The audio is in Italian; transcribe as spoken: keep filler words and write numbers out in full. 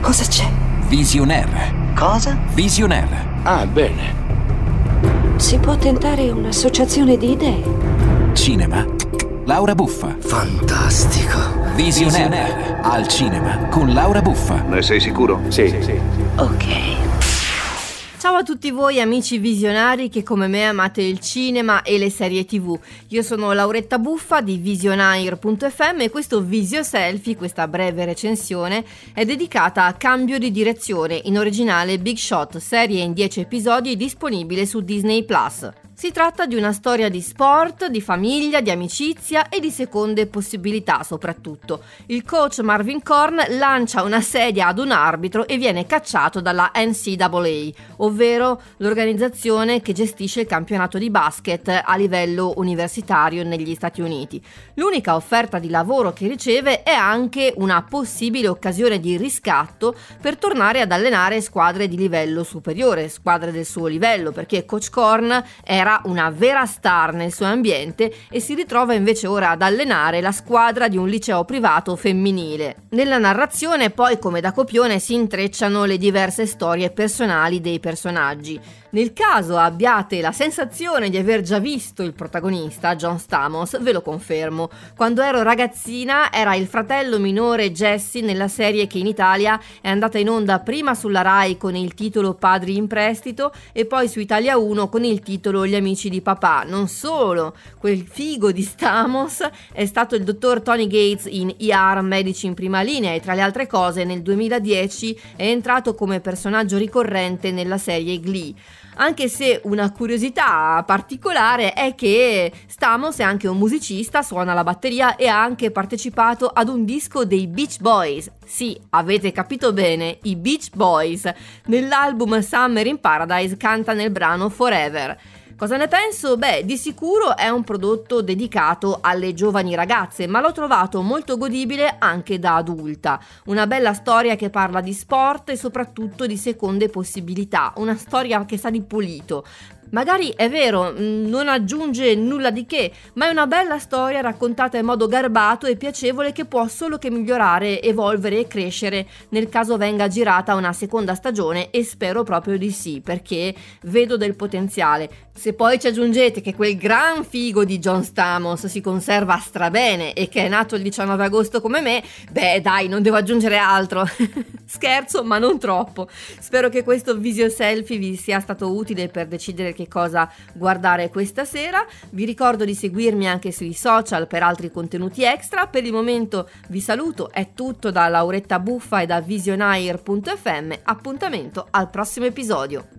Cosa c'è? Visionaire. Cosa? Visionaire. Ah, bene. Si può tentare un'associazione di idee. Cinema. Laura Buffa. Fantastico. Visionaire. Al cinema con Laura Buffa. Ne sei sicuro? Sì, sì, sì. Ok. Ciao a tutti voi amici visionari che come me amate il cinema e le serie tv. Io sono Lauretta Buffa di visionaire punto effe emme e questo Visio Selfie, questa breve recensione, è dedicata a Cambio di direzione, in originale Big Shot, serie in dieci episodi disponibile su Disney Plus. Si tratta di una storia di sport, di famiglia, di amicizia e di seconde possibilità soprattutto. Il coach Marvin Korn lancia una sedia ad un arbitro e viene cacciato dalla N C A A, ovvero l'organizzazione che gestisce il campionato di basket a livello universitario negli Stati Uniti. L'unica offerta di lavoro che riceve è anche una possibile occasione di riscatto per tornare ad allenare squadre di livello superiore, squadre del suo livello, perché coach Korn era una vera star nel suo ambiente e si ritrova invece ora ad allenare la squadra di un liceo privato femminile. Nella narrazione poi, come da copione, si intrecciano le diverse storie personali dei personaggi. Nel caso abbiate la sensazione di aver già visto il protagonista, John Stamos, ve lo confermo. Quando ero ragazzina era il fratello minore Jesse nella serie che in Italia è andata in onda prima sulla Rai con il titolo Padri in prestito e poi su Italia uno con il titolo Gli amici di papà. Non solo, quel figo di Stamos è stato il dottor Tony Gates in E R Medici in prima linea e tra le altre cose nel duemiladieci è entrato come personaggio ricorrente nella serie Glee. Anche se una curiosità particolare è che Stamos è anche un musicista, suona la batteria e ha anche partecipato ad un disco dei Beach Boys. Sì, avete capito bene, i Beach Boys. Nell'album Summer in Paradise canta nel brano Forever. Cosa ne penso? Beh, di sicuro è un prodotto dedicato alle giovani ragazze, ma l'ho trovato molto godibile anche da adulta. Una bella storia che parla di sport e soprattutto di seconde possibilità, una storia che sa di pulito. Magari è vero, non aggiunge nulla di che, ma è una bella storia raccontata in modo garbato e piacevole che può solo che migliorare, evolvere e crescere nel caso venga girata una seconda stagione, e spero proprio di sì, perché vedo del potenziale. Se poi ci aggiungete che quel gran figo di John Stamos si conserva strabene e che è nato il diciannove agosto come me, beh dai, non devo aggiungere altro. Scherzo, ma non troppo. Spero che questo Visio Selfie vi sia stato utile per decidere che cosa guardare questa sera. Vi ricordo di seguirmi anche sui social per altri contenuti extra. Per il momento vi saluto, è tutto da Lauretta Buffa e da visionaire punto effe emme. Appuntamento al prossimo episodio.